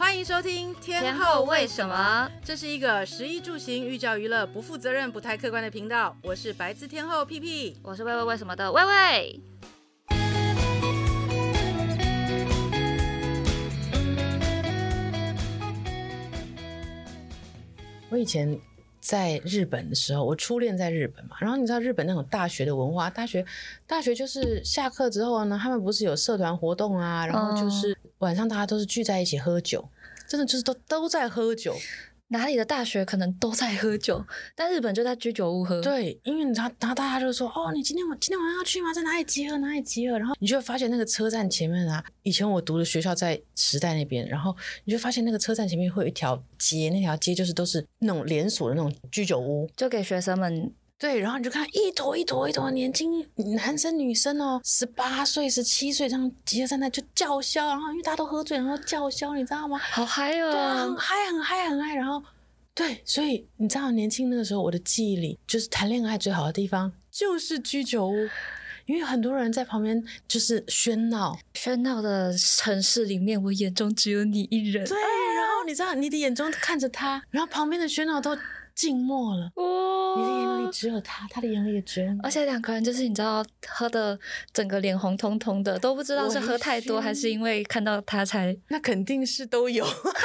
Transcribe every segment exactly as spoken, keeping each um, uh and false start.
欢迎收听天后为什么？ 这是一个食衣住行、寓教于乐、不负责任、不太客观的频道。我是白字天后屁屁， 我是喂喂为什么的喂喂。 我以前在日本的时候，我初恋在日本嘛，然后你知道日本那种大学的文化，大学大学就是下课之后呢，他们不是有社团活动啊，然后就是晚上大家都是聚在一起喝酒，真的就是都都在喝酒。 哪里的大学可能都在喝酒，但日本就在居酒屋喝。 对，因为你知道，然后大家就说：“哦，你今天晚今天晚上要去吗？在哪里集合？哪里集合？”然后你就会发现那个车站前面啊，以前我读的学校在时代那边，然后你就发现那个车站前面会有一条街，那条街就是都是那种连锁的那种居酒屋， 就给学生们。 对，然后你就看一坨一坨一坨的年轻男生女生哦，十八岁、十七岁这样集合在那就叫嚣，然后因为大家都喝醉，然后叫嚣，你知道吗？ 好嗨哦！ 对，很嗨，很嗨，很嗨。然后对，所以你知道，年轻那个时候，我的记忆里就是谈恋爱最好的地方就是居酒屋，因为很多人在旁边就是喧闹， 喧闹的城市里面，我眼中只有你一人。 对，然后你知道，你的眼中看着他，然后旁边的喧闹都静默了。哦，你的眼里只有他，他的眼里也只有你。 而且两个人就是你知道喝的整个脸红彤彤的，都不知道是喝太多还是因为看到他才。 那肯定是都有。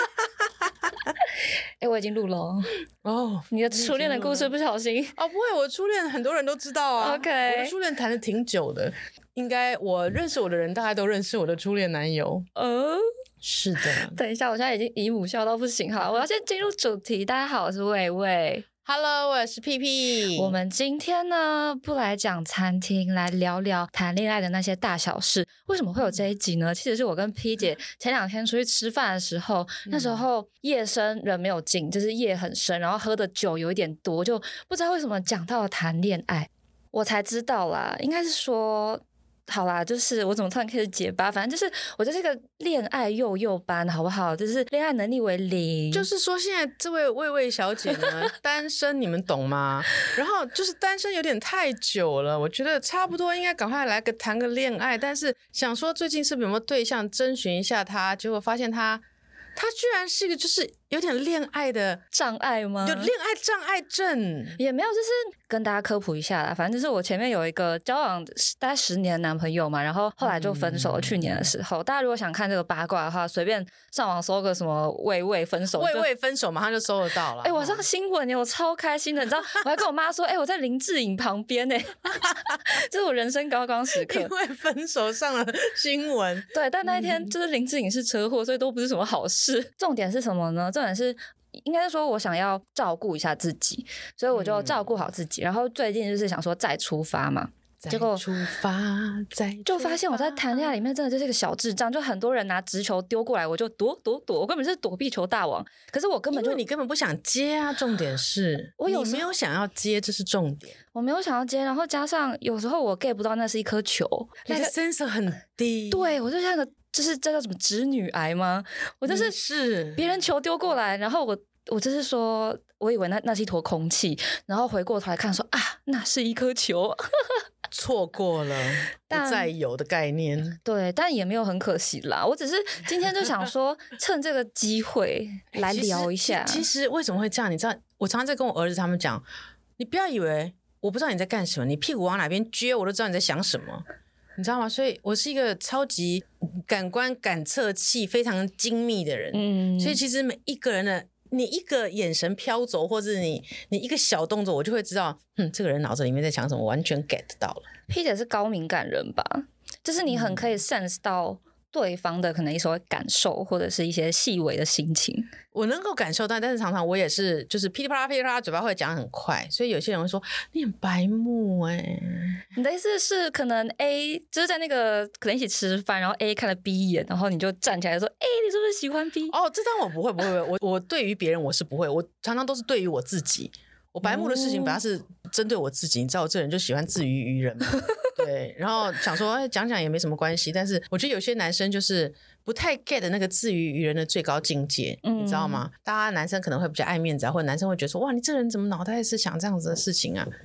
哎、欸，我已经录了哦。 哦， 你的初恋的故事不小心哦，不会，我初恋很多人都知道啊。 OK， 我的初恋谈的挺久的，应该我认识我的人大概都认识我的初恋男友。呃，是的。 等一下，我现在已经姨母笑到不行哈，我要先进入主题。大家好，我是魏魏。 Hello， 我是屁屁。 我们今天呢，不来讲餐厅，来聊聊谈恋爱的那些大小事。为什么会有这一集呢？其实是我跟 P 姐前两天出去吃饭的时候，嗯、那时候夜深人没有进，就是夜很深，然后喝的酒有一点多，就不知道为什么讲到了谈恋爱，我才知道啦，应该是说。好啦，就是我怎么突然开始结巴，反正就是我就是个恋爱幼幼班，好不好？就是恋爱能力为零。 就是说现在这位魏魏小姐呢，单身，你们懂吗？然后就是单身有点太久了，我觉得差不多应该赶快来个谈个恋爱，但是想说最近是不是有没有对象征询一下他，结果发现他他居然是一个就是有点恋爱的障碍吗？ 有恋爱障碍症也没有，就是跟大家科普一下啦。反正就是我前面有一个交往大概十年的男朋友嘛，然后后来就分手了。嗯、去年的时候，大家如果想看这个八卦的话，随便上网搜个什么魏魏分手， 魏魏分手马上就搜得到了。 哎、欸，我上新闻耶，我超开心的，你知道，我还跟我妈说，哎、欸，我在林志颖旁边呢，这是我人生高光时刻。 因为分手上了新闻， 对，但那一天就是林志颖是车祸，所以都不是什么好事。重点是什么呢？重点是应该是说我想要照顾一下自己，所以我就照顾好自己。嗯、然后最近就是想说再出发嘛， 结果出发再就发现我在谈恋爱里面真的就是一个小智障，就很多人拿直球丢过来，我就躲躲躲，我根本是躲避球大王。可是我根本就因为你根本不想接啊，重点是我有你没有想要接，这是重点。 我没有想要接，然后加上有时候我 get 不到那是一颗球， 你的 sensor 很低。 对，我就像个就是这叫什么直女癌吗？我就是是别人球丢过来，然后我我就是说我以为那那是一坨空气，然后回过头来看说啊，那是一颗球。 错过了不再有的概念。 对，但也没有很可惜啦。我只是今天就想说趁这个机会来聊一下。 其实, 其实为什么会这样，你知道我常常在跟我儿子他们讲，你不要以为我不知道你在干什么，你屁股往哪边撅我都知道你在想什么，你知道吗？所以我是一个超级感官感测器非常精密的人。嗯，所以其实每一个人的你一个眼神飘走，或者你你一个小动作，我就会知道，嗯，这个人脑子里面在想什么，我完全 get 到了。 P 姐是高敏感人吧？就是你很可以 sense 到对方的可能一些感受，或者是一些细微的心情。 我能够感受到，但是常常我也是就是噼里啪啦噼里啪啦，嘴巴会讲很快，所以有些人会说你很白目哎、欸。 你的意思是可能 A 就是在那个可能一起吃饭，然后 A 看了 B 一眼，然后你就站起来说，哎，你是不是喜欢 B？ 哦，这张我不会不会，我我对于别人我是不会，我常常都是对于我自己。我白目的事情本来是针对我自己，你知道我这人就喜欢自娱于人嘛。对，然后想说哎，讲讲也没什么关系，但是我觉得有些男生就是不太 get 那个自娱于人的最高境界、嗯、你知道吗？大家男生可能会比较爱面子啊，或者男生会觉得说哇，你这人怎么脑袋是想这样子的事情啊？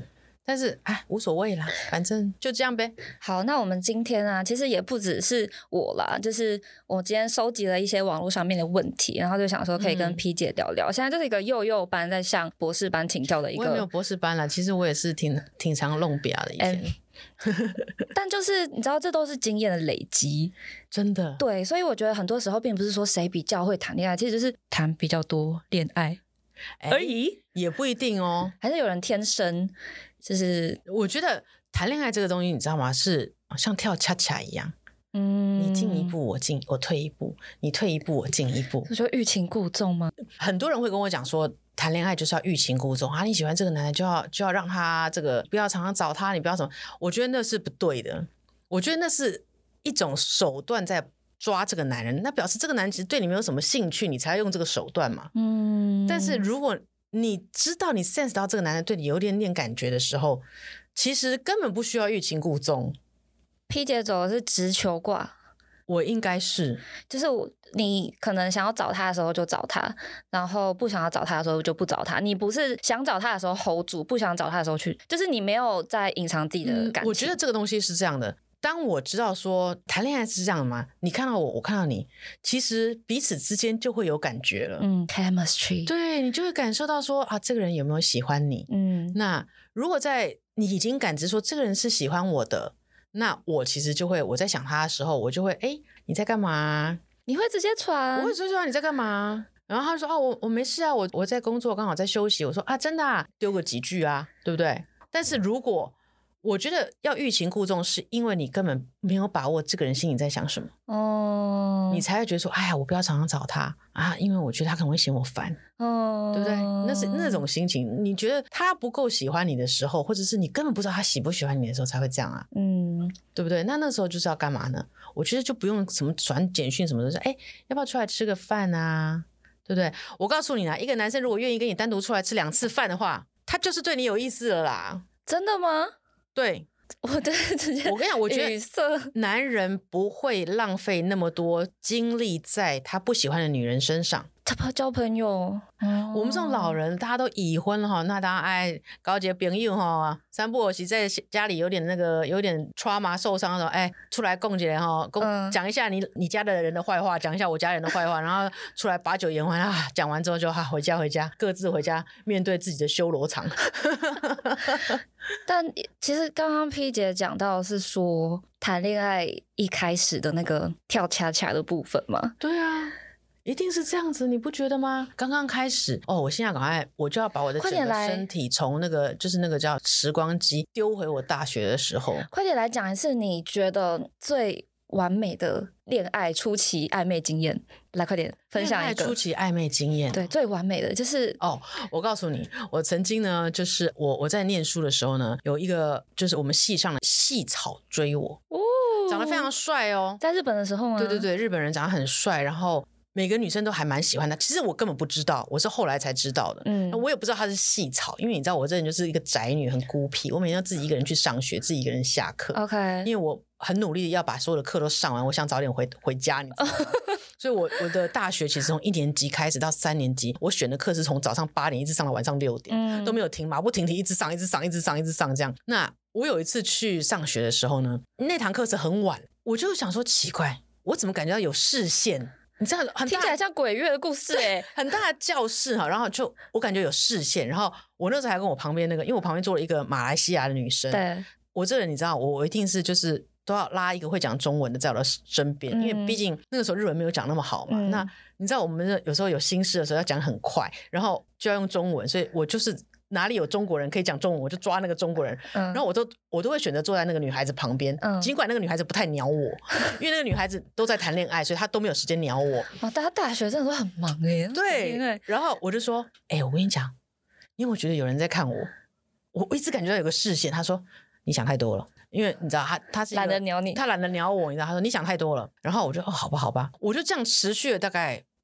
但是哎，无所谓啦，反正就这样呗。 好，那我们今天啊，其实也不只是我啦，就是我今天收集了一些网络上面的问题，然后就想说可以跟 P 姐聊聊。嗯、现在就是一个幼幼班在向博士班请教的一个， 我也没有博士班啦，其实我也是挺挺常弄瘪的以前。欸但就是你知道，这都是经验的累积， 真的。 对，所以我觉得很多时候并不是说谁比较会谈恋爱，其实就是谈比较多恋爱而已， 也不一定哦。 还是有人天生就是， 我觉得谈恋爱这个东西，你知道吗？是像跳恰恰一样，嗯，你进一步，我进，我退一步，你退一步，我进一步， 这就欲擒故纵吗？ 很多人会跟我讲说，谈恋爱就是要欲擒故纵啊！你喜欢这个男人，就要就要让他这个不要常常找他，你不要什么？我觉得那是不对的。我觉得那是一种手段在抓这个男人，那表示这个男人其实对你没有什么兴趣，你才要用这个手段嘛。嗯。但是如果你知道你 sense 到这个男人对你有点点感觉的时候，其实根本不需要欲擒故纵。 P 姐走的是直球挂。 我应该是， 就是我，你可能想要找他的时候就找他，然后不想要找他的时候就不找他。你不是想找他的时候 hold 住，不想找他的时候去，就是你没有在隐藏自己的感情。嗯、 我觉得这个东西是这样的。当我知道说谈恋爱是这样的吗？你看到我，我看到你，其实彼此之间就会有感觉了。 嗯 ，chemistry， 对，你就会感受到说啊，这个人有没有喜欢你？嗯，那如果在你已经感知说这个人是喜欢我的。那我其实就会，我在想他的时候，我就会，哎，你在干嘛？ 你会直接传？ 我会直接传你在干嘛？然后他说，哦，我我没事啊，我我在工作，刚好在休息。我说啊，真的啊，丢个几句啊，对不对？但是如果我觉得要欲擒故纵，是因为你根本没有把握这个人心里在想什么，哦，你才会觉得说，哎呀，我不要常常找他啊，因为我觉得他可能会嫌我烦，哦，对不对？那是那种心情，你觉得他不够喜欢你的时候，或者是你根本不知道他喜不喜欢你的时候，才会这样啊，嗯，对不对？那那时候就是要干嘛呢？我觉得就不用什么传简讯什么的，说，哎，要不要出来吃个饭啊？对不对？我告诉你啦，一个男生如果愿意跟你单独出来吃两次饭的话，他就是对你有意思了啦。 真的吗？ 对， 我对直接， 我跟你讲，我觉得男人不会浪费那么多精力在他不喜欢的女人身上。 他怕交朋友， 嗯、我们这种老人，大家都已婚了哈，那当然哎，搞一个朋友哈，三不五时在家里有点那个有点 trauma 受伤的时候，哎，出来供起来哈，讲、嗯、一下你你家的人的坏话，讲一下我家人的坏话，然后出来把酒言欢啊，讲完之后就哈、啊、回家回家，各自回家面对自己的修罗场。 但其实刚刚 P 姐讲到是说谈恋爱一开始的那个跳恰恰的部分嘛？ 对啊。一定是这样子，你不觉得吗？刚刚开始哦，我现在赶快，我就要把我的整个身体从那个就是那个叫时光机丢回我大学的时候。 快点来讲一次你觉得最完美的恋爱初期暧昧经验，来快点分享一个。 恋爱初期暧昧经验， 对，最完美的就是哦，我告诉你，我曾经呢，就是我我在念书的时候呢，有一个就是我们系上的系草追我，哦，长得非常帅哦， 在日本的时候吗？ 对对对，日本人长得很帅，然后。每个女生都还蛮喜欢他，其实我根本不知道，我是后来才知道的。嗯，我也不知道他是系草，因为你知道我这人就是一个宅女，很孤僻，我每天要自己一个人去上学，自己一个人下课。 OK， 因为我很努力的要把所有的课都上完，我想早点回回家，你知道吗？所以我我的大学其实从一年级开始到三年级，我选的课是从早上八点一直上到晚上六点，嗯、都没有停，马不停蹄一直上，一直上，一直上，一直上这样。那我有一次去上学的时候呢，那堂课是很晚，我就想说奇怪，我怎么感觉到有视线？你知道很大听起来像鬼月的故事哎、欸， 很大的教室哈，然后就我感觉有视线，然后我那时候还跟我旁边那个，因为我旁边坐了一个马来西亚的女生， 对， 我这人你知道，我我一定是就是都要拉一个会讲中文的在我的身边、嗯，因为毕竟那个时候日文没有讲那么好嘛。嗯、那你知道我们有时候有心事的时候要讲很快，然后就要用中文，所以我就是。哪里有中国人可以讲中文，我就抓那个中国人，嗯、然后我都我都会选择坐在那个女孩子旁边，嗯、尽管那个女孩子不太鸟我，因为那个女孩子都在谈恋爱，所以她都没有时间鸟我。 哦，大家大學真的都很忙哎。 对，然后我就说，哎、欸，我跟你讲，因为我觉得有人在看我，我我一直感觉到有个视线。他说你想太多了，因为你知道他他是懒得鸟你， 他懒得鸟我，你知道，他说你想太多了。然后我就哦，好吧好吧，我就这样持续了大概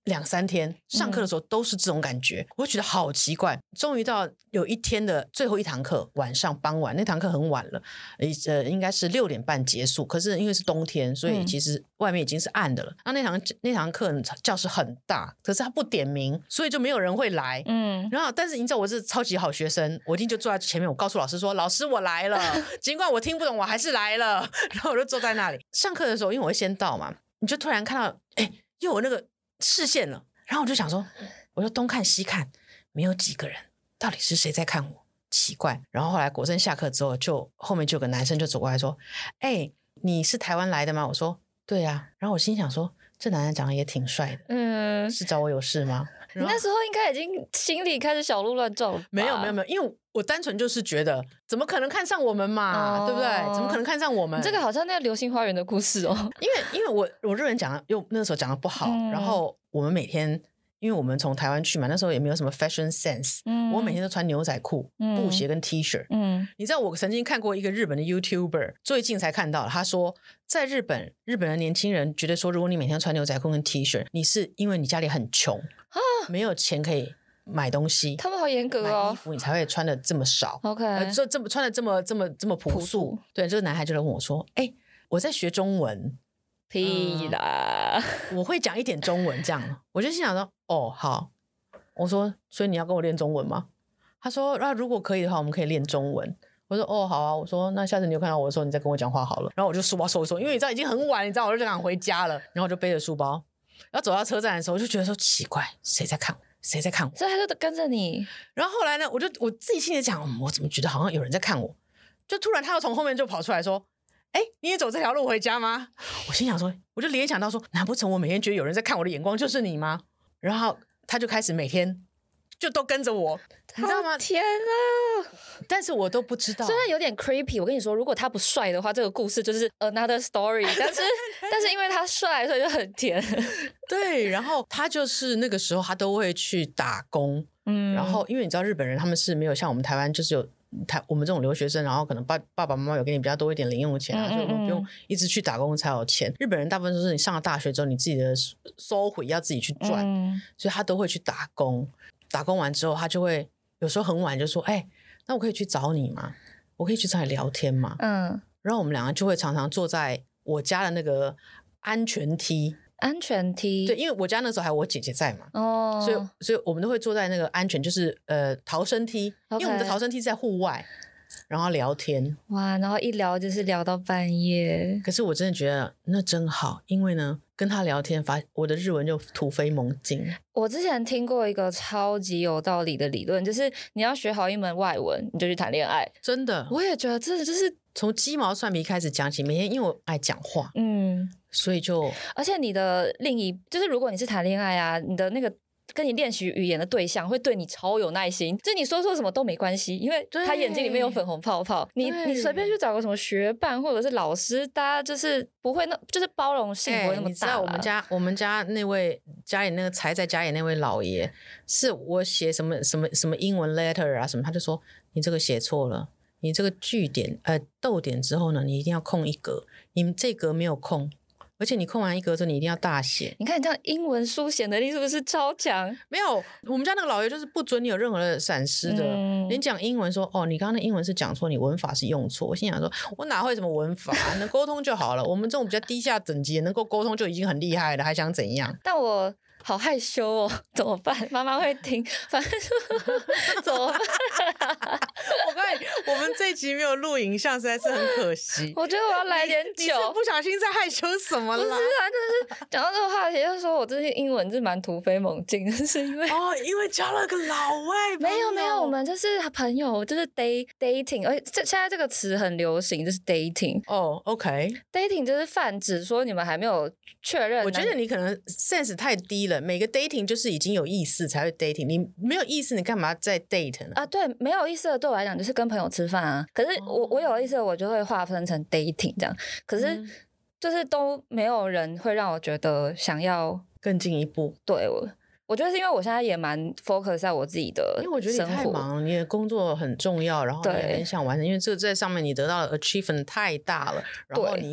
两三天上课的时候都是这种感觉、嗯、我觉得好奇怪。终于到有一天的最后一堂课，晚上傍晚，那堂课很晚了，呃，应该是六点半结束，可是因为是冬天，所以其实外面已经是暗的了、嗯、那那堂那堂课教室很大，可是他不点名，所以就没有人会来。嗯，然后但是你知道我是超级好学生，我一定就坐在前面，我告诉老师说老师我来了尽管我听不懂我还是来了然后我就坐在那里上课的时候，因为我会先到嘛，你就突然看到哎，又有那个视线了，然后我就想说，我就东看西看，没有几个人，到底是谁在看我？奇怪。然后后来果真下课之后，就后面就有个男生就走过来说：“哎、欸，你是台湾来的吗？”我说：“对啊。”然后我心想说，这男人长得也挺帅的，嗯，是找我有事吗？ 你那时候应该已经心里开始小鹿乱撞了吧？ 没有没有没有，因为我单纯就是觉得，怎么可能看上我们嘛，哦、对不对？怎么可能看上我们？ 这个好像那个《流星花园》的故事哦。 因为因为我我日文讲又那时候讲的不好、嗯，然后我们每天。因为我们从台湾去嘛，那时候也没有什么 fashion sense、嗯、我每天都穿牛仔裤、嗯、布鞋跟 T 恤、嗯、你知道我曾经看过一个日本的 YouTuber， 最近才看到他说在日本日本的年轻人觉得说，如果你每天穿牛仔裤跟 T 恤，你是因为你家里很穷、啊、没有钱可以买东西， 他们好严格哦， 买衣服你才会穿的这么少 OK、 呃、这这么穿的这么这么这么朴素, 朴素对，这个男孩就来问我说，哎、欸，我在学中文。 屁啦、 嗯、我会讲一点中文这样，我就心想说哦好，我说所以你要跟我练中文吗？他说那、啊、如果可以的话我们可以练中文。我说哦好啊，我说那下次你有看到我的时候你再跟我讲话好了。然后我就书包收一收，因为你知道已经很晚，你知道我就想回家了，然后我就背着书包，然后走到车站的时候我就觉得说奇怪，谁在看我谁在看我， 所以他就跟着你。 然后后来呢我就我自己心里讲、嗯、我怎么觉得好像有人在看我，就突然他又从后面就跑出来说，哎，你也走这条路回家吗？我心想说，我就联想到说，难不成我每天觉得有人在看我的眼光就是你吗？然后他就开始每天就都跟着我，你知道吗？ 天啊！ 但是我都不知道， 虽然有点 creepy。我跟你说，如果他不帅的话，这个故事就是 another story 但是但是因为他帅，所以就很甜。 对，然后他就是那个时候他都会去打工，嗯，然后因为你知道日本人他们是没有像我们台湾就是有。台我们这种留学生，然后可能爸爸爸妈妈有给你比较多一点零用钱啊，嗯嗯嗯，所以我们不用一直去打工才有钱。日本人大部分都是你上了大学之后，你自己的收回要自己去赚，嗯，所以他都会去打工。打工完之后，他就会有时候很晚就说：“哎、欸，那我可以去找你吗？我可以去找你聊天吗？”嗯，然后我们两个就会常常坐在我家的那个安全梯。 安全梯， 对，因为我家那时候还有我姐姐在嘛，哦，所以所以我们都会坐在那个安全，就是呃逃生梯， okay. 因为我们的逃生梯是在户外，然后聊天， 哇，然后一聊就是聊到半夜。 可是我真的觉得那真好，因为呢跟他聊天，发我的日文就突飞猛进。 我之前听过一个超级有道理的理论，就是你要学好一门外文，你就去谈恋爱。 真的， 我也觉得这就是从鸡毛蒜皮开始讲起，每天因为我爱讲话，嗯。所以就， 而且你的另一就是如果你是谈恋爱啊，你的那个跟你练习语言的对象会对你超有耐心，就是你说错什么都没关系，因为他眼睛里面有粉红泡泡。你你随便去找个什么学伴或者是老师，大家就是不会那，就是包容性不会那么大、欸。你知道我们家我们家那位家里那个才在家里那位老爷，是我写什么什么什么英文 letter 啊什么，他就说你这个写错了，你这个句点呃逗点之后呢，你一定要空一格，你们这格没有空。而且你空完一格之后你一定要大写。 你看你这样英文书写能力是不是超强？ 没有，我们家那个老爷就是不准你有任何的闪失的、嗯、你讲英文说哦你刚刚的英文是讲错，你文法是用错，我心想说我哪会什么文法能沟通就好了我们这种比较低下等级能够沟通就已经很厉害了，还想怎样？ 但我好害羞哦，怎么办？妈妈会听，反正怎么办？ 我告诉你，我们这一集没有录影像，实在是很可惜。 我觉得我要来点酒。 你, 你是不小心在害羞什么啦？ 不是啊，就是讲到这个话题，就是说我最近英文是蛮突飞猛进，是因为哦，因为交了个老外朋友。 没有没有，我们就是朋友，就是 date dating， 而且这现在这个词很流行，就是 dating。 哦 ，OK，dating 就是泛指说你们还没有确认。 我觉得你可能 sense 太低了。每个 dating 就是已经有意思才会 dating， 你没有意思你干嘛再 date 呢？ 啊，对，没有意思的对我来讲就是跟朋友吃饭啊。可是我、哦、我有意思的我就会划分成 dating 这样，可是就是都没有人会让我觉得想要更进一步。 对，我我觉得是因为我现在也蛮 focus 在我自己的生活， 因为我觉得你太忙，你的工作很重要，然后你也很想完成，因为这个在上面你得到的 achievement 太大了，然后你又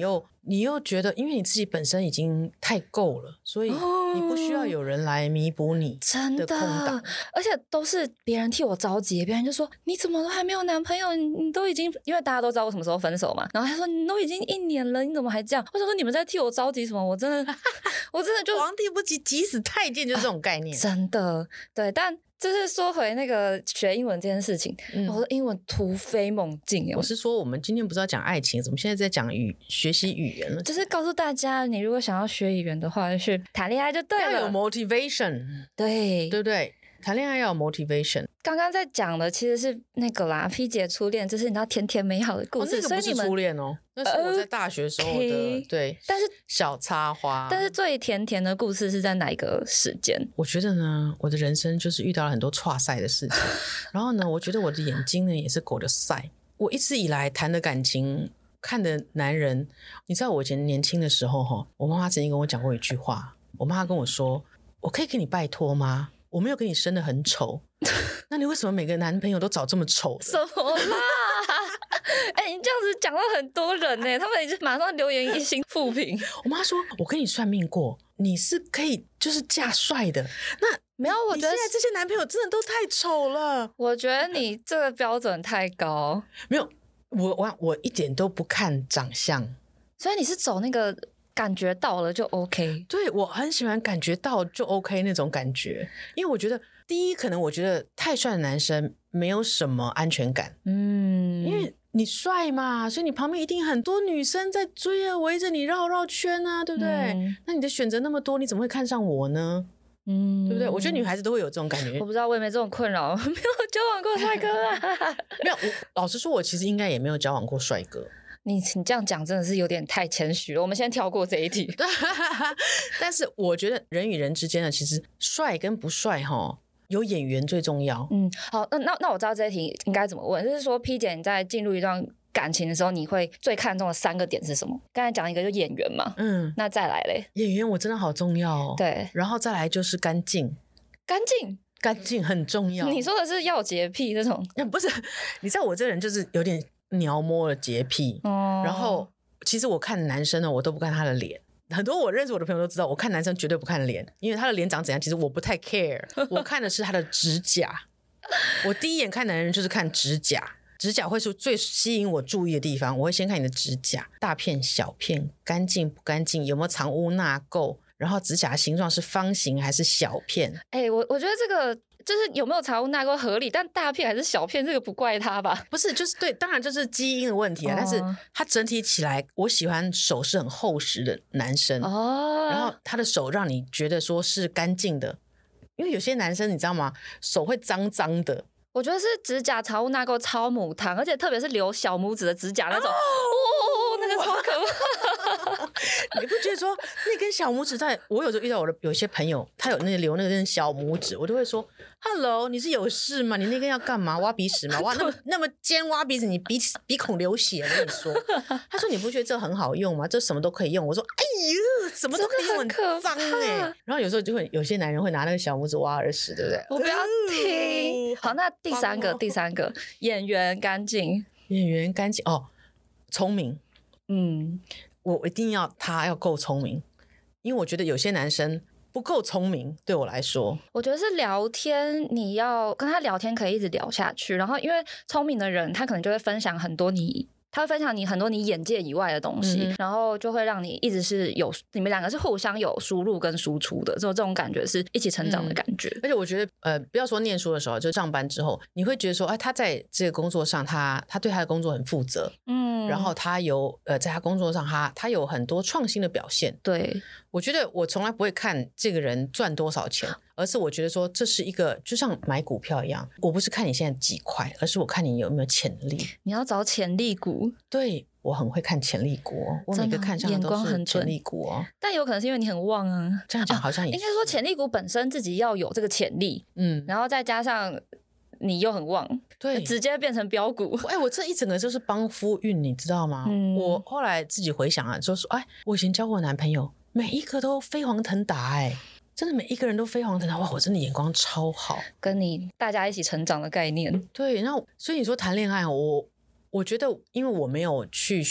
你又觉得因为你自己本身已经太够了，所以你不需要有人来弥补你的空档、哦、 而且都是别人替我着急，别人就说你怎么都还没有男朋友，你你都已经，因为大家都知道我什么时候分手嘛，然后他说你都已经一年了你怎么还这样，我想说你们在替我着急什么，我真的我真的就皇帝不急急死太监，就是这种概念、 啊、真的对。但就是说回那个学英文这件事情、嗯、我的英文突飞猛进耶。 我是说我们今天不是要讲爱情，怎么现在在讲语学习语言了？ 就是告诉大家你如果想要学语言的话，就是谈恋爱就对了， 要有 motivation， 对对不对？谈恋爱要有 motivation。 刚刚在讲的其实是那个啦 P 姐初恋，这是你知道甜甜美好的故事、 哦、那个不是初恋哦，那是我在大学时候的、okay, 对， 但是小插花。 但是最甜甜的故事是在哪一个时间？ 我觉得呢，我的人生就是遇到了很多挫赛的事情然后呢，我觉得我的眼睛呢也是狗的赛。我一直以来谈的感情看的男人，你知道我以前年轻的时候，我妈妈曾经跟我讲过一句话，我妈妈跟我说，我可以跟你拜托吗？我没有给你生得很丑那你为什么每个男朋友都找这么丑的？ 什么啦哎、欸，你这样子讲到很多人呢、欸，他们已经马上留言一星负评我妈说我跟你算命过，你是可以就是嫁帅的。那没有，我觉得你现在这些男朋友真的都太丑了。 我觉得你这个标准太高。 没有，我我我一点都不看长相， 所以你是走那个感觉到了就 OK。 对，我很喜欢感觉到就 OK 那种感觉。因为我觉得第一，可能我觉得太帅的男生没有什么安全感，嗯，因为你帅嘛，所以你旁边一定很多女生在追啊，围着你绕绕圈啊，对不对、嗯、那你的选择那么多，你怎么会看上我呢？嗯，对不对？我觉得女孩子都会有这种感觉。 我不知道，我也没这种困扰，没有交往过帅哥啊没有，我老实说我其实应该也没有交往过帅哥。 你你这样讲真的是有点太谦虚了，我们先跳过这一题但是我觉得人与人之间的其实帅跟不帅齁，有眼缘最重要。 嗯，好，那那那我知道这一题应该怎么问，就是说 P 姐你在进入一段感情的时候，你会最看重的三个点是什么？刚才讲一个就眼缘嘛，嗯，那再来嘞？ 眼缘我真的好重要哦。 对， 然后再来就是干净， 干净， 干净很重要。 你说的是要洁癖那种？ 不是，你知道我这人就是有点描摸的洁癖、哦、然后其实我看男生呢，我都不看他的脸。很多我认识我的朋友都知道，我看男生绝对不看脸，因为他的脸长怎样其实我不太 care 我看的是他的指甲我第一眼看男人就是看指甲，指甲会是最吸引我注意的地方。我会先看你的指甲，大片小片，干净不干净，有没有藏污纳垢，然后指甲的形状是方形还是小片。 哎、欸，我我觉得这个就是有没有藏污纳垢合理，但大片还是小片这个不怪他吧？ 不是，就是对，当然这是基因的问题啊、哦、但是他整体起来，我喜欢手是很厚实的男生哦，然后他的手让你觉得说是干净的，因为有些男生你知道吗，手会脏脏的。 我觉得是指甲藏污纳垢超母汤，而且特别是留小拇指的指甲那种，哦，哦那个超可怕你不觉得说那根小拇指在，我有时候遇到我的有些朋友，他有那个留那根小拇指，我都会说 Hello 你是有事吗？你那根要干嘛？挖鼻屎吗？哇那么那么尖挖鼻子，你鼻鼻孔流血，我跟你说。他说你不觉得这很好用吗？这什么都可以用。我说哎呦什么都可以用，很脏哎、欸。然后有时候就会有些男人会拿那个小拇指挖耳屎，对不对？ 我不要听、呃、好，那第三个第三个眼缘干净， 眼缘干净哦，聪明。嗯，我一定要他要够聪明，因为我觉得有些男生不够聪明，对我来说， 我觉得是聊天，你要跟他聊天可以一直聊下去，然后因为聪明的人他可能就会分享很多你。他会分享你很多你眼界以外的东西、嗯、然后就会让你一直是有你们两个是互相有输入跟输出的，就这种感觉是一起成长的感觉、嗯、 而且我觉得呃，不要说念书的时候，就上班之后你会觉得说哎，他在这个工作上他他对他的工作很负责，嗯，然后他有呃，在他工作上他他有很多创新的表现。 对，我觉得我从来不会看这个人赚多少钱，而是我觉得说这是一个就像买股票一样，我不是看你现在几块，而是我看你有没有潜力。 你要找潜力股。 对，我很会看潜力股、哦、我每个看上的都是潜力股哦。 但有可能是因为你很旺啊， 这样讲好像也、啊、 应该说潜力股本身自己要有这个潜力，嗯，然后再加上你又很旺，对，直接变成标股。 哎，我这一整个就是帮夫运，你知道吗、嗯、我后来自己回想啊，就说哎，我以前交过男朋友每一个都飞黄腾达，哎，真的每一个人都飞黄腾达，哇，我真的眼光超好， 跟你大家一起成长的概念。 对，然后所以你说谈恋爱，我我觉得因为我没有去选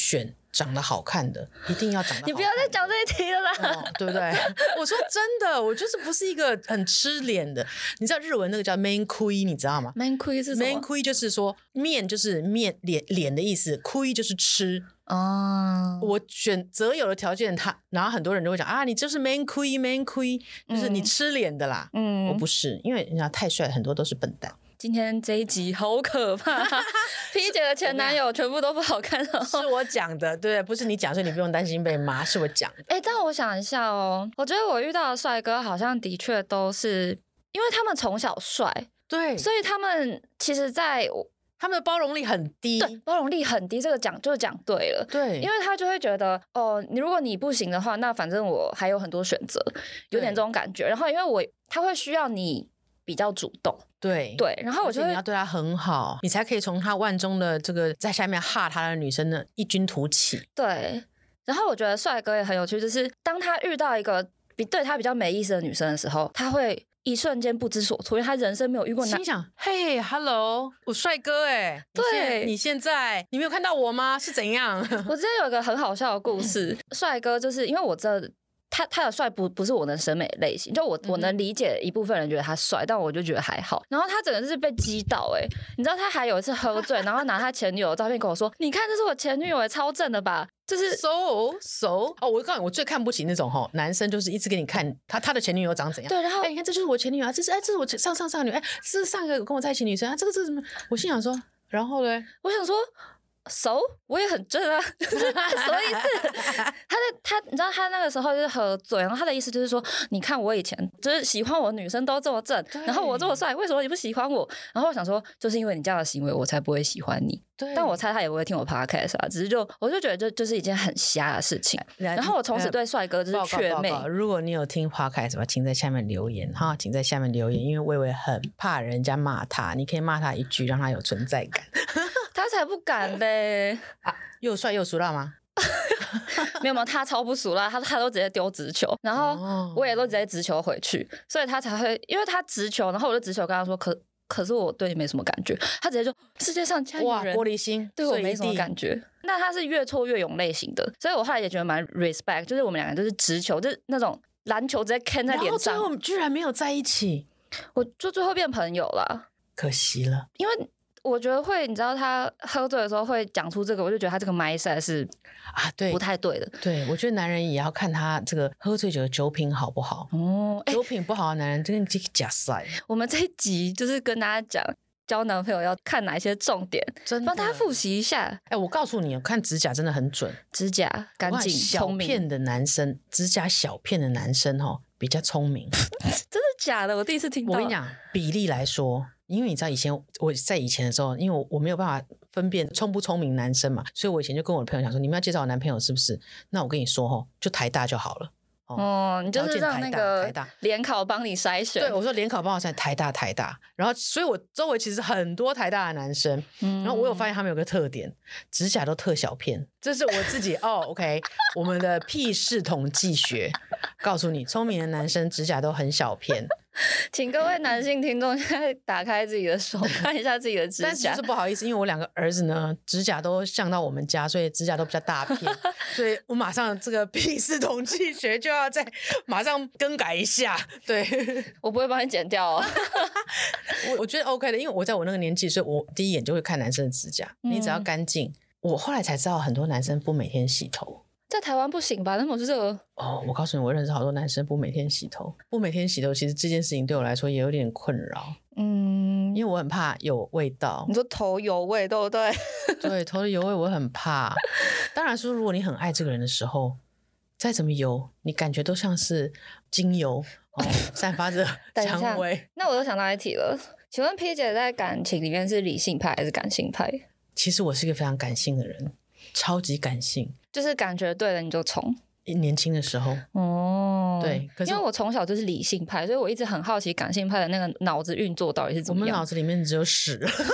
长得好看的，一定要长得好看的。 你不要再讲这一题了啦、 哦，对不对？我说真的，我就是不是一个很吃脸的。你知道日文那个叫 man 亏，你知道吗 ？man 亏是什么 ？man 亏就是说面就是面脸脸的意思，亏就是吃。 哦， 我选择有的条件他，然后很多人就会讲啊，你就是 man 亏 man 亏，就是你吃脸的啦。 嗯， 我不是，因为人家太帅，很多都是笨蛋。 今天这一集好可怕 ，P 姐的前男友全部都不好看哦。 是我讲的，对，不是你讲，所以你不用担心被骂，是我讲的。 哎、欸，但我想一下哦，我觉得我遇到的帅哥好像的确都是，因为他们从小帅， 对， 所以他们其实在他们的包容力很低， 对，包容力很低，这个讲就讲对了， 对， 因为他就会觉得哦，你如果你不行的话，那反正我还有很多选择，有点这种感觉。然后因为我他会需要你比较主动。 对对，然后我就你要对他很好，你才可以从他万中的这个在下面哈他的女生的异军突起。 对，然后我觉得帅哥也很有趣，就是当他遇到一个比对他比较没意思的女生的时候，他会一瞬间不知所措，因为他人生没有遇过男。 心想：嘿 ，hello， 我帅哥哎， 对， 你现在你没有看到我吗？是怎样？ 我之前有一个很好笑的故事，帅哥就是因为我这。他他的帅不不是我能审美类型，就我我能理解一部分人觉得他帅，但我就觉得还好。然后他整个是被击倒哎、欸，你知道他还有一次喝醉，然后拿他前女友的照片跟我说：“你看这是我前女友哎、欸，超正的吧？”就是 so so 哦，我告诉你，我最看不起那种吼男生，就是一直给你看他他的前女友长怎样。 对，然后哎、欸，你看这就是我前女友啊，这是哎这是我上上上女，哎、欸，这是上个跟我在一起女生啊，这个这是什么？我心想说，然后呢？ 我想说。熟、so? 我也很正啊，就是什么意思？他的他，你知道他那个时候就是喝醉，然后他的意思就是说，你看我以前就是喜欢我的女生都这么正，然后我这么帅，为什么你不喜欢我？然后我想说，就是因为你这样的行为，我才不会喜欢你。对，但我猜他也不会听我 podcast 啊，只是就我就觉得这就是一件很瞎的事情。然后我从此对帅哥就是雀妹。 如果你有听 podcast 吧，请在下面留言哈，请在下面留言，因为薇薇很怕人家骂他，你可以骂他一句，让他有存在感。 他才不敢嘞、 啊！又帅又俗辣吗？ 没有没有，他超不俗辣，他他都直接丢直球，然后我也都直接直球回去，所以他才会，因为他直球，然后我就直球跟他说，可可是我对你没什么感觉，他直接就世界上竟然有人哇玻璃心， 对我没什么感觉。那他是越挫越勇类型的，所以我后来也觉得蛮 respect， 就是我们两个就是直球，就是那种篮球直接 can 在脸上，然后最后我们居然没有在一起， 我就最后变朋友了， 可惜了， 因为。我觉得会，你知道他喝醉的时候会讲出这个，我就觉得他这个 mindset 是啊，对， 不太对的。 对，我觉得男人也要看他这个喝醉酒的酒品好不好。哦，酒品不好的男人真的假赛。 我们这一集就是跟大家讲交男朋友要看哪一些重点，真的帮大家复习一下。 哎、欸，我告诉你，看指甲真的很准， 指甲干净、聪明。 小片的男生，指甲小片的男生哦，比较聪明。 真的假的？我第一次听到。 我跟你讲，比例来说。因为你知道以前我在以前的时候，因为我我没有办法分辨聪不聪明男生嘛，所以我以前就跟我的朋友讲说，你们要介绍我男朋友是不是？那我跟你说吼，就台大就好了。 哦，哦你就是让那个联考帮你筛选。 对，我说联考帮我筛台大台大，然后所以我周围其实很多台大的男生，嗯、然后我有发现他们有个特点，指甲都特小片，这是我自己哦 OK， 我们的屁式统计学告诉你，聪明的男生指甲都很小片。 请各位男性听众现在打开自己的手看一下自己的指甲， 但是就是不好意思，因为我两个儿子呢指甲都像到我们家，所以指甲都比较大片，所以我马上这个屁式统计学就要再马上更改一下。对， 我不会帮你剪掉哦。 我我觉得 OK 的，因为我在我那个年纪，所以我第一眼就会看男生的指甲，你只要干净。嗯、我后来才知道，很多男生不每天洗头。 在台湾不行吧？那么热哦！我告诉你，我认识好多男生不每天洗头，不每天洗头，其实这件事情对我来说也有点困扰。嗯，因为我很怕有味道。 你说头有味，对不对？ 对，头的油味我很怕。当然说，如果你很爱这个人的时候，再怎么油，你感觉都像是精油哦，散发着香味。 那我又想到一题了，请问 P 姐在感情里面是理性派还是感性派？ 其实我是一个非常感性的人，超级感性。 就是感觉对了你就冲， 年轻的时候哦，对，可是因为我从小就是理性派，所以我一直很好奇感性派的那个脑子运作到底是怎么样。 我们脑子里面只有屎， 什么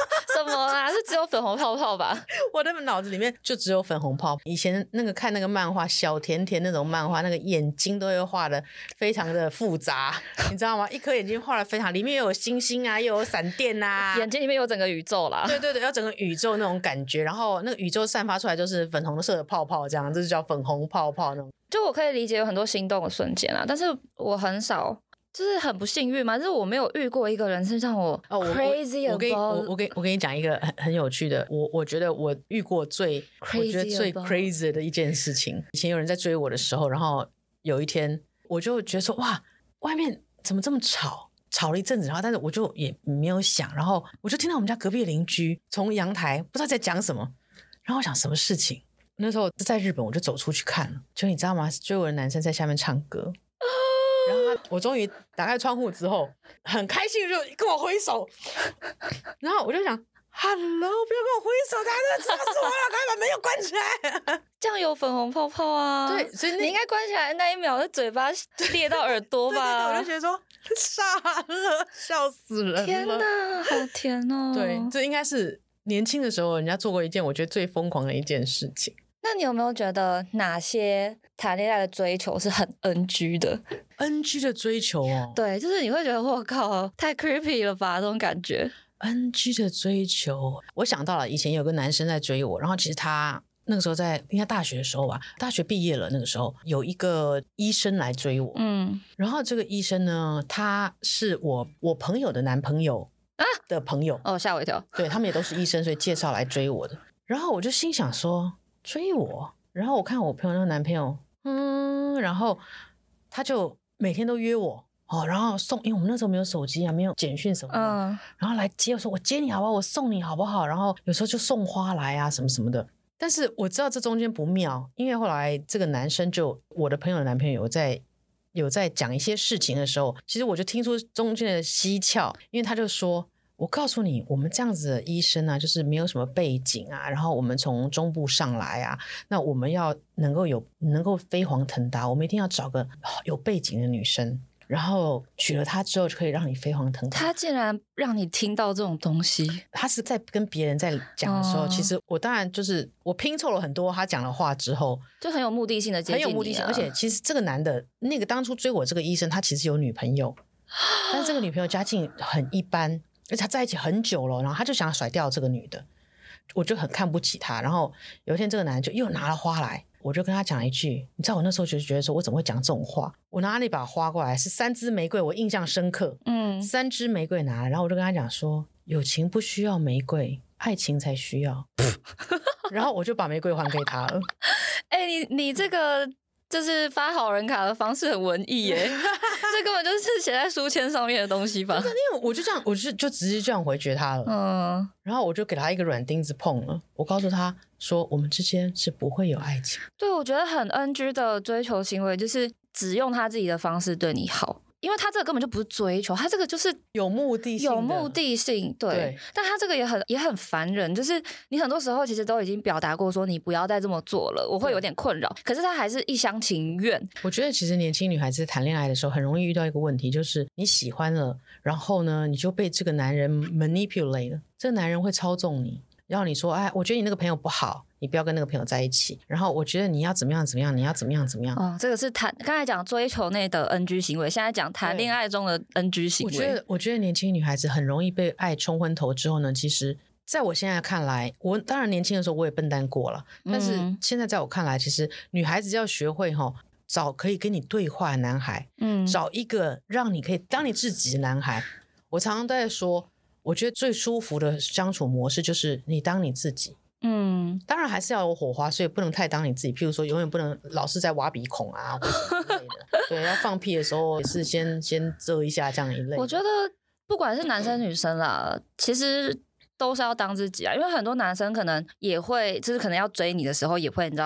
么啊？是只有粉红泡泡吧？ 我的脑子里面就只有粉红泡泡。以前那个看那个漫画，小甜甜那种漫画，那个眼睛都会画的非常的复杂，你知道吗？一颗眼睛画的非常，里面又有星星啊，又有闪电啊， 眼睛里面有整个宇宙啦。 对对对，要整个宇宙那种感觉，然后那个宇宙散发出来就是粉红色的泡泡，这样这就叫粉红泡泡那种。 就我可以理解有很多心动的瞬间啦，但是我很少。就是很不幸运嘛，就是我没有遇过一个人是让我 crazy、 哦、我, 我, 我, 跟我, 我, 我, 跟我跟你讲一个很很有趣的，我我觉得我遇过最 crazy 我觉得最 crazy 的一件事情。以前有人在追我的时候，然后有一天我就觉得说哇，外面怎么这么吵，吵了一阵子，然后但是我就也没有想，然后我就听到我们家隔壁的邻居从阳台不知道在讲什么，然后我想什么事情。那时候在日本，我就走出去看了，就你知道吗？追我的男生在下面唱歌。然后他，我终于打开窗户之后，很开心的就跟我挥手，然后我就想 ，Hello， 不要跟我挥手，大家都知道是我了，赶快把门又关起来。 这样有粉红泡泡啊！ 对，所以你应该关起来那一秒，那嘴巴裂到耳朵吧？ 对对对，我就觉得说傻了，笑死人了。 天哪，好甜哦！ 对，这应该是年轻的时候人家做过一件我觉得最疯狂的一件事情。 那你有没有觉得哪些谈恋爱的追求是很 N G 的 ？N G 的追求哦， 对，就是你会觉得我靠，太 creepy 了吧，这种感觉。 N G 的追求，我想到了以前有个男生在追我，然后其实他那个时候在应该大学的时候吧，大学毕业了，那个时候有一个医生来追我，嗯，然后这个医生呢，他是我我朋友的男朋友的朋友， 啊、哦，吓我一跳， 对他们也都是医生，所以介绍来追我的。然后我就心想说。追我，然后我看我朋友那个男朋友，嗯，然后他就每天都约我哦，然后送，因为我们那时候没有手机啊，没有简讯什么的，嗯，然后来接我说我接你好不好，我送你好不好，然后有时候就送花来啊什么什么的。但是我知道这中间不妙，因为后来这个男生就我的朋友的男朋友有在有在讲一些事情的时候，其实我就听出中间的蹊跷，因为他就说。我告诉你，我们这样子的医生啊，就是没有什么背景啊，然后我们从中部上来啊，那我们要能够有能够飞黄腾达，我们一定要找个有背景的女生，然后娶了她之后就可以让你飞黄腾达。 他竟然让你听到这种东西， 他是在跟别人在讲的时候，哦、其实我当然就是我拼凑了很多他讲的话之后， 就很有目的性的接近你、啊， 很有目的性，而且其实这个男的那个当初追我这个医生，他其实有女朋友，但是这个女朋友家境很一般。而且他在一起很久了，然后他就想甩掉这个女的，我就很看不起他。然后有一天这个男人就又拿了花来，我就跟他讲一句，你知道我那时候就觉得说我怎么会讲这种话，我拿那把花过来是三支玫瑰，我印象深刻，嗯，三支玫瑰拿来，然后我就跟他讲说友情不需要玫瑰，爱情才需要。然后我就把玫瑰还给他了。 哎、欸，你你这个就是发好人卡的方式很文艺耶。这根本就是写在书签上面的东西吧？因为我就这样，我就就直接这样回绝他了。嗯，然后我就给他一个软钉子碰了。我告诉他说，我们之间是不会有爱情。 对，我觉得很 N G 的追求行为就是只用他自己的方式对你好。因为他这个根本就不是追求，他这个就是有目的性的， 有目的性，对。对，但他这个也很也很烦人，就是你很多时候其实都已经表达过说你不要再这么做了，我会有点困扰。可是他还是一厢情愿。 我觉得其实年轻女孩子谈恋爱的时候很容易遇到一个问题，就是你喜欢了，然后呢你就被这个男人 manipulate 了，这个男人会操纵你。然后你说哎，我觉得你那个朋友不好，你不要跟那个朋友在一起，然后我觉得你要怎么样怎么样，你要怎么样怎么样。 哦，这个是谈刚才讲追求内的 N G 行为，现在讲谈恋爱中的 N G 行为。 我觉得我觉得年轻女孩子很容易被爱冲昏头之后呢，其实在我现在看来，我当然年轻的时候我也笨蛋过了，但是现在在我看来，其实女孩子要学会齁找可以跟你对话的男孩，嗯，找一个让你可以当你自己的男孩。我常常在说，我觉得最舒服的相处模式就是你当你自己。嗯，当然还是要有火花，所以不能太当你自己。譬如说，永远不能老是在挖鼻孔啊，或者什么之类的。对，要放屁的时候也是先先遮一下这样一类的。 我觉得不管是男生女生啦，其实都是要当自己啊，因为很多男生可能也会，就是可能要追你的时候，也会你知道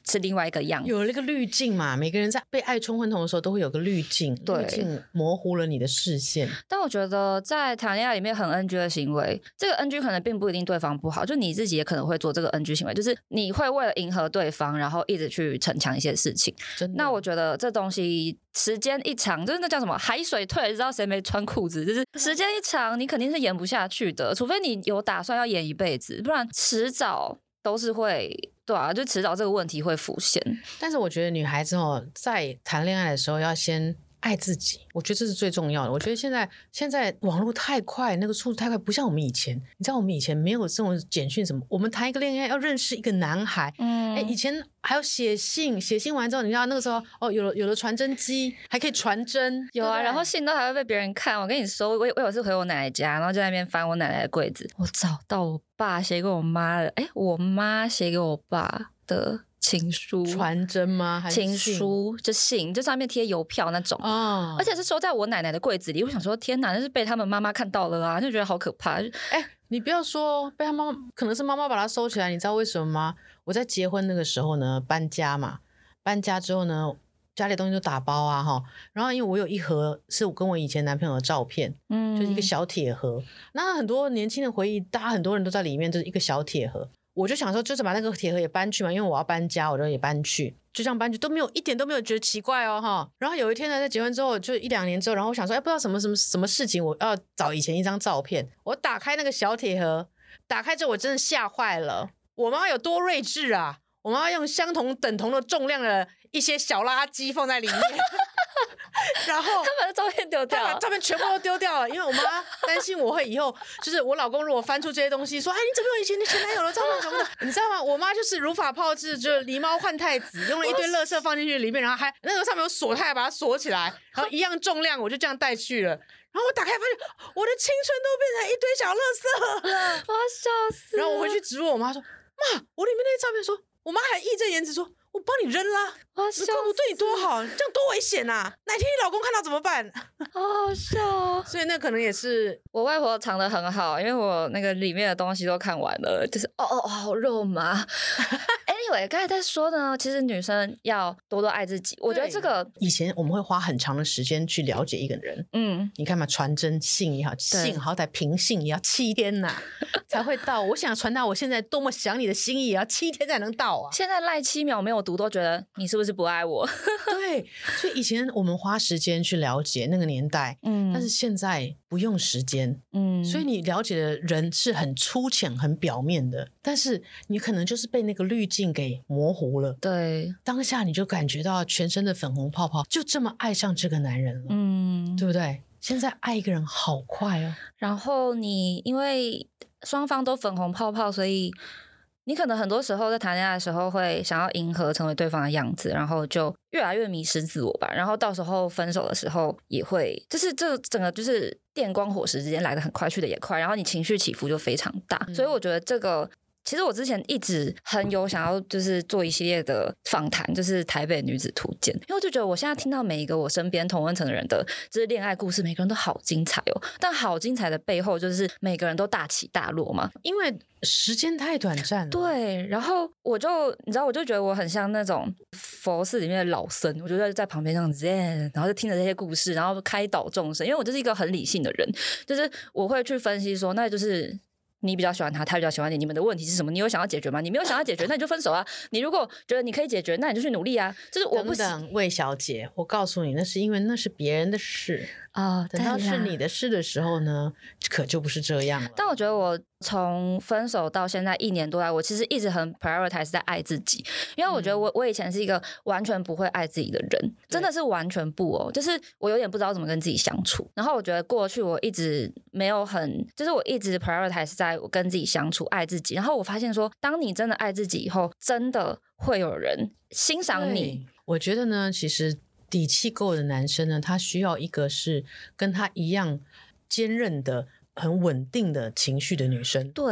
是另外一个样子， 有了一个滤镜嘛，每个人在被爱冲昏头的时候都会有个滤镜， 对， 滤镜模糊了你的视线。 但我觉得在谈恋爱里面很 N G 的行为，这个 N G 可能并不一定对方不好，就你自己也可能会做这个 N G 行为，就是你会为了迎合对方，然后一直去逞强一些事情。 真的， 那我觉得这东西时间一长，就是那叫什么海水退了知道谁没穿裤子，就是时间一长你肯定是演不下去的，除非你有打算要演一辈子，不然迟早都是会，对啊，就迟早这个问题会浮现。 但是我觉得女孩子哦，在谈恋爱的时候要先爱自己，我觉得这是最重要的。我觉得现在现在网络太快，那个速度太快，不像我们以前。你知道我们以前没有这种简讯什么，我们谈一个恋爱要认识一个男孩，嗯，哎，以前还要写信，写信完之后，你知道那个时候哦，有了有了传真机，还可以传真， 有啊， 对对， 然后信都还会被别人看。我跟你说，我我有一次回我奶奶家，然后就在那边翻我奶奶的柜子，我找到我爸写给我妈的，哎，我妈写给我爸的情书， 传真吗？还是情书就信，就上面贴邮票那种，哦，而且是收在我奶奶的柜子里。我想说，天哪，那是被他们妈妈看到了啊，就觉得好可怕。 哎，你不要说被他妈妈，可能是妈妈把它收起来，你知道为什么吗？我在结婚那个时候呢，搬家嘛，搬家之后呢，家里的东西都打包啊哈，然后因为我有一盒是我跟我以前男朋友的照片，嗯，就是一个小铁盒，那很多年轻的回忆，大家很多人都在里面，就是一个小铁盒。我就想说，就是把那个铁盒也搬去嘛，因为我要搬家，我就也搬去，就这样搬去，都没有一点都没有觉得奇怪哦哈。然后有一天呢，在结婚之后，就一两年之后，然后我想说，哎，不知道什么什么什么事情，我要找以前一张照片，我打开那个小铁盒，打开之后我真的吓坏了，我妈有多睿智啊！我妈用相同等同的重量的一些小垃圾放在里面。然后他把照片丢掉了， 把照片全部都丢掉了，因为我妈担心我会以后就是我老公如果翻出这些东西说，哎，你怎么有以前的前男友的照片什么的，你知道吗？我妈就是如法炮制，就是狸猫换太子，用了一堆垃圾放进去里面，然后还那个上面有锁，她还把它锁起来，然后一样重量，我就这样带去了。然后我打开发现我的青春都变成一堆小垃圾了， 我要笑死了。 然后我回去质问我妈说，妈，我里面那些照片说，我妈还义正言辞说，我帮你扔啦，我对你多好，这样多危险啊！哪天你老公看到怎么办？ 好好笑哦！ 所以那可能也是我外婆藏得很好，因为我那个里面的东西都看完了，就是哦哦哦，好肉麻。Anyway， 刚才在说呢，其实女生要多多爱自己。我觉得这个以前我们会花很长的时间去了解一个人，嗯，你看嘛，传真信也好，信好歹平信也要七天呐、啊、才会到。我想传达我现在多么想你的心意，也要七天才能到啊。 现在赖七秒没有读都觉得你是不是不爱我？ 对，所以以前我们花时间去了解那个年代，嗯，但是现在不用时间，嗯，所以你了解的人是很粗浅、很表面的，但是你可能就是被那个滤镜给模糊了。 对， 当下你就感觉到全身的粉红泡泡，就这么爱上这个男人了，嗯，对不对？现在爱一个人好快哦， 然后你因为双方都粉红泡泡，所以你可能很多时候在谈恋爱的时候会想要迎合成为对方的样子，然后就越来越迷失自我吧。然后到时候分手的时候也会，就是这整个就是电光火石之间来得很快，去得也快，然后你情绪起伏就非常大。嗯、所以我觉得这个。其实我之前一直很有想要就是做一系列的访谈，就是台北女子图鉴，因为我就觉得我现在听到每一个我身边同温层的人的就是恋爱故事，每个人都好精彩哦。但好精彩的背后，就是每个人都大起大落嘛， 因为时间太短暂了。 对，然后我就你知道，我就觉得我很像那种佛寺里面的老僧，我就在在旁边这样子，然后就听着这些故事，然后开导众生。因为我就是一个很理性的人，就是我会去分析说，那就是。你比较喜欢他，他比较喜欢你，你们的问题是什么？你有想要解决吗？你没有想要解决，那你就分手啊！你如果觉得你可以解决，那你就去努力啊！就是我不等等，魏小姐，我告诉你，那是因为那是别人的事啊、哦。等到是你的事的时候呢，可就不是这样了。 但我觉得我从分手到现在一年多来，我其实一直很 prioritize 在爱自己，因为我觉得我我以前是一个完全不会爱自己的人，真的是完全不哦，就是我有点不知道怎么跟自己相处。然后我觉得过去我一直没有很，就是我一直 prioritize 在我跟自己相处、爱自己。然后我发现说，当你真的爱自己以后，真的会有人欣赏你。 我觉得呢，其实底气够的男生呢，他需要一个是跟他一样坚韧的。很稳定的情绪的女生， 对，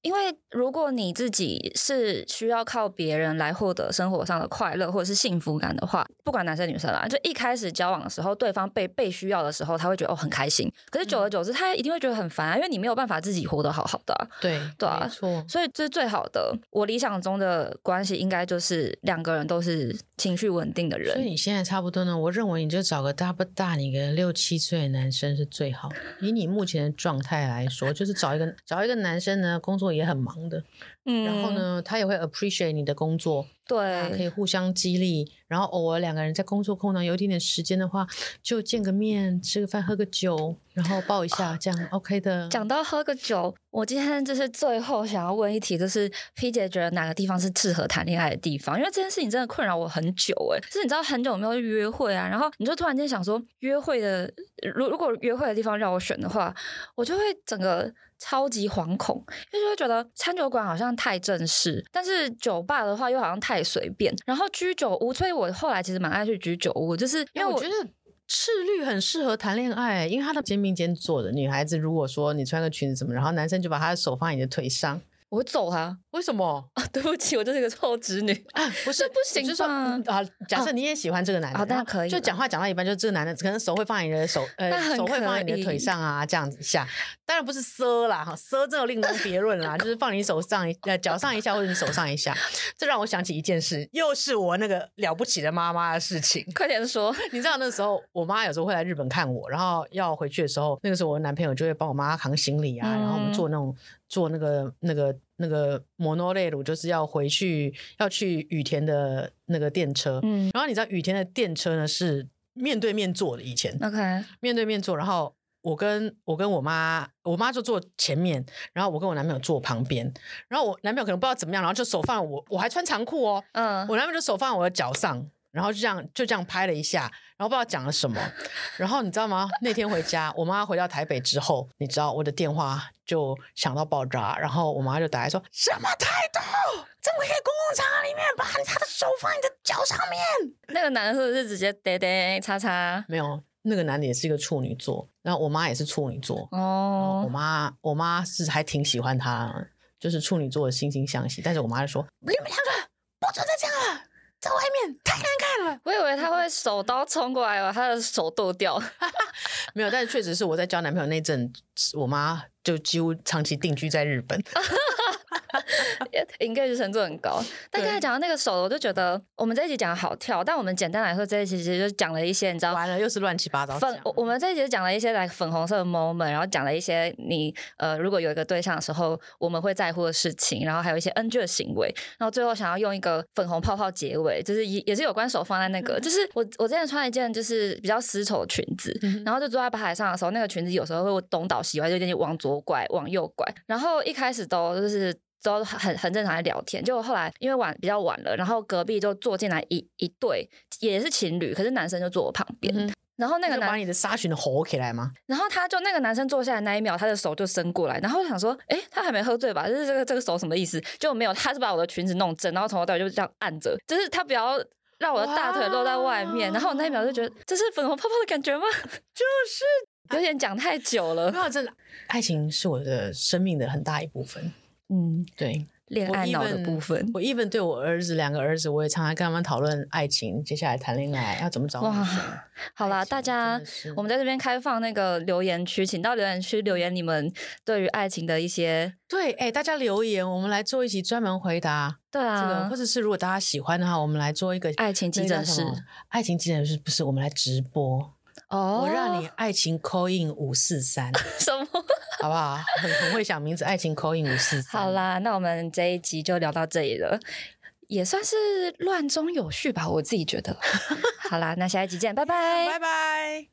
因为如果你自己是需要靠别人来获得生活上的快乐或者是幸福感的话，不管男生女生啦，就一开始交往的时候，对方被被需要的时候，他会觉得哦很开心。可是久而久之，他一定会觉得很烦啊，因为你没有办法自己活得好好的、啊。 对对啊， 没错。 所以这是最好的。我理想中的关系应该就是两个人都是情绪稳定的人。 所以你现在差不多呢，我认为你就找个大不大你个六七岁的男生是最好的。以你目前的状态来说，就是找一个找一个男生呢，工作也很忙的。嗯，然后呢，他也会 appreciate 你的工作， 对， 可以互相激励。然后偶尔两个人在工作空档有一点点时间的话，就见个面，吃个饭，喝个酒，然后抱一下，这样 OK 的。 讲到喝个酒，我今天就是最后想要问一题，就是 P 姐觉得哪个地方是适合谈恋爱的地方？因为这件事情真的困扰我很久哎、欸，就是你知道很久没有去约会啊，然后你就突然间想说，约会的如如果约会的地方让我选的话，我就会整个超级惶恐，因为就会觉得餐酒馆好像太正式，但是酒吧的话又好像太随便，然后居酒屋，所以我后来其实蛮爱去居酒屋，就是因为我, 我觉得赤绿很适合谈恋爱，因为他的肩并肩坐的女孩子，如果说你穿个裙子什么，然后男生就把他的手放在你的腿上， 我会揍他。 为什么啊？对不起，我就是个臭直女啊！不是不行吧， 就是说啊，假设你也喜欢这个男的， 啊，那可以， 就讲话讲到一半，就这个男的可能手会放在你的手，呃，手会放在你的腿上啊，这样子一下。当然不是塞啦，哈，塞这个另当别论啦，就是放你手上呃脚上一下或者你手上一下。这让我想起一件事，又是我那个了不起的妈妈的事情。 快点说， 你知道那时候我妈有时候会来日本看我，然后要回去的时候，那个时候我男朋友就会帮我妈扛行李啊，嗯、然后我们坐那种坐那个那个那个摩诺雷鲁，就是要回去要去羽田的那个电车。嗯，然后你知道羽田的电车呢是面对面坐的，以前 OK 面对面坐，然后。我跟我跟我妈，我妈就坐前面，然后我跟我男朋友坐旁边，然后我男朋友可能不知道怎么样，然后就手放我，我还穿长裤哦，嗯，我男朋友就手放在我的脚上，然后就这样就这样拍了一下，然后不知道讲了什么，然后你知道吗？那天回家，我妈回到台北之后，你知道我的电话就响到爆炸，然后我妈就打来说：“什么态度？怎么可以公共场合里面把他的手放在你的脚上面？” 那个男的是不是直接叮叮叉叉？ 没有。那个男的也是一个处女座，然后我妈也是处女座哦。我妈我妈是还挺喜欢他，就是处女座的惺惺相惜。但是我妈就说：“你们两个不准再这样了，在外面太难看了。” 我以为他会手刀冲过来把他的手剁掉。 没有，但是确实是我在交男朋友那阵，我妈就几乎长期定居在日本。 engage 程度很高，但刚才讲到那个手，我就觉得我们这一集讲的好跳，但我们简单来说，这一集其实就讲了一些，你知道， 完了又是乱七八糟粉。我们这一集讲了一些来粉红色的 moment， 然后讲了一些你呃，如果有一个对象的时候，我们会在乎的事情，然后还有一些 N G 的行为，然后最后想要用一个粉红泡泡结尾，就是也也是有关手放在那个，就是我我之前穿一件就是比较丝绸裙子，嗯、然后就坐在吧台上的时候，那个裙子有时候会东倒西歪，就有点往左拐，往右拐，然后一开始都就是。都很很正常的聊天，结果后来因为晚比较晚了，然后隔壁就坐进来一一对也是情侣，可是男生就坐我旁边，嗯、然后那个男把你的纱裙吼起来吗？ 然后他就那个男生坐下来那一秒，他的手就伸过来，然后我想说，哎，他还没喝醉吧？就是这个这个手什么意思？结果没有，他是把我的裙子弄正，然后从头到尾就这样按着，就是他不要让我的大腿露在外面。然后我那一秒就觉得，这是粉红泡泡的感觉吗？就是有点讲太久了。 没有，真的，爱情是我的生命的很大一部分。嗯，对， 恋爱脑的部分， 我 even 对我儿子两个儿子，我也常常跟他们讨论爱情，接下来谈恋爱要怎么找女生。 好啦，大家，我们在这边开放那个留言区，请到留言区留言你们对于爱情的一些对，哎、欸，大家留言，我们来做一集专门回答。 对啊， 这个或者是如果大家喜欢的话，我们来做一个爱情急诊室。 爱情急诊室不是我们来直播。哦，我让你爱情 call in 五四三， 什么？ 好不好？很很会想名字，爱情 call in 五四三。 好啦，那我们这一集就聊到这里了，也算是乱中有序吧，我自己觉得。好啦，那下一集见，拜拜， 拜拜。